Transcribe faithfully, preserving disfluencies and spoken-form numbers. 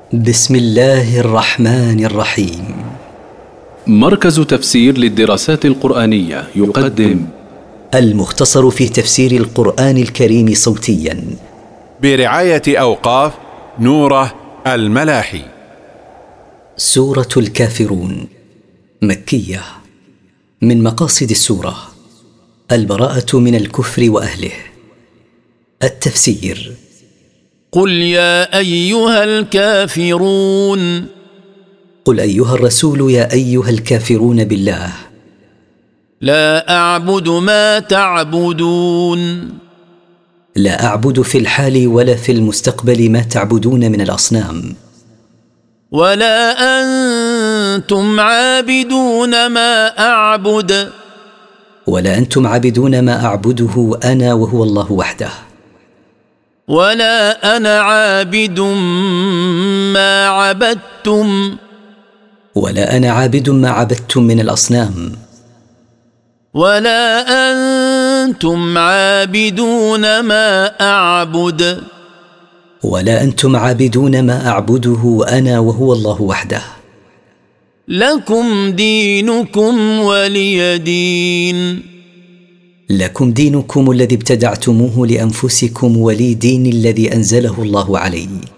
بسم الله الرحمن الرحيم. مركز تفسير للدراسات القرآنية يقدم المختصر في تفسير القرآن الكريم صوتيا برعاية أوقاف نوره الملاحي. سورة الكافرون مكية. من مقاصد السورة البراءة من الكفر وأهله. التفسير: قل يا أيها الكافرون. قل أيها الرسول يا أيها الكافرون بالله. لا أعبد ما تعبدون. لا أعبد في الحال ولا في المستقبل ما تعبدون من الأصنام. ولا أنتم عابدون ما أعبد. ولا أنتم عابدون ما أعبده أنا وهو الله وحده. ولا أنا عابد ما عبدتم. ولا أنا عابد ما عبدتم من الأصنام. ولا أنتم عابدون ما أعبد. ولا أنتم عابدون ما أعبده أنا وهو الله وحده. لكم دينكم ولي دين. لكم دينكم الذي ابتدعتموه لأنفسكم ولي دين الذي أنزله الله علي.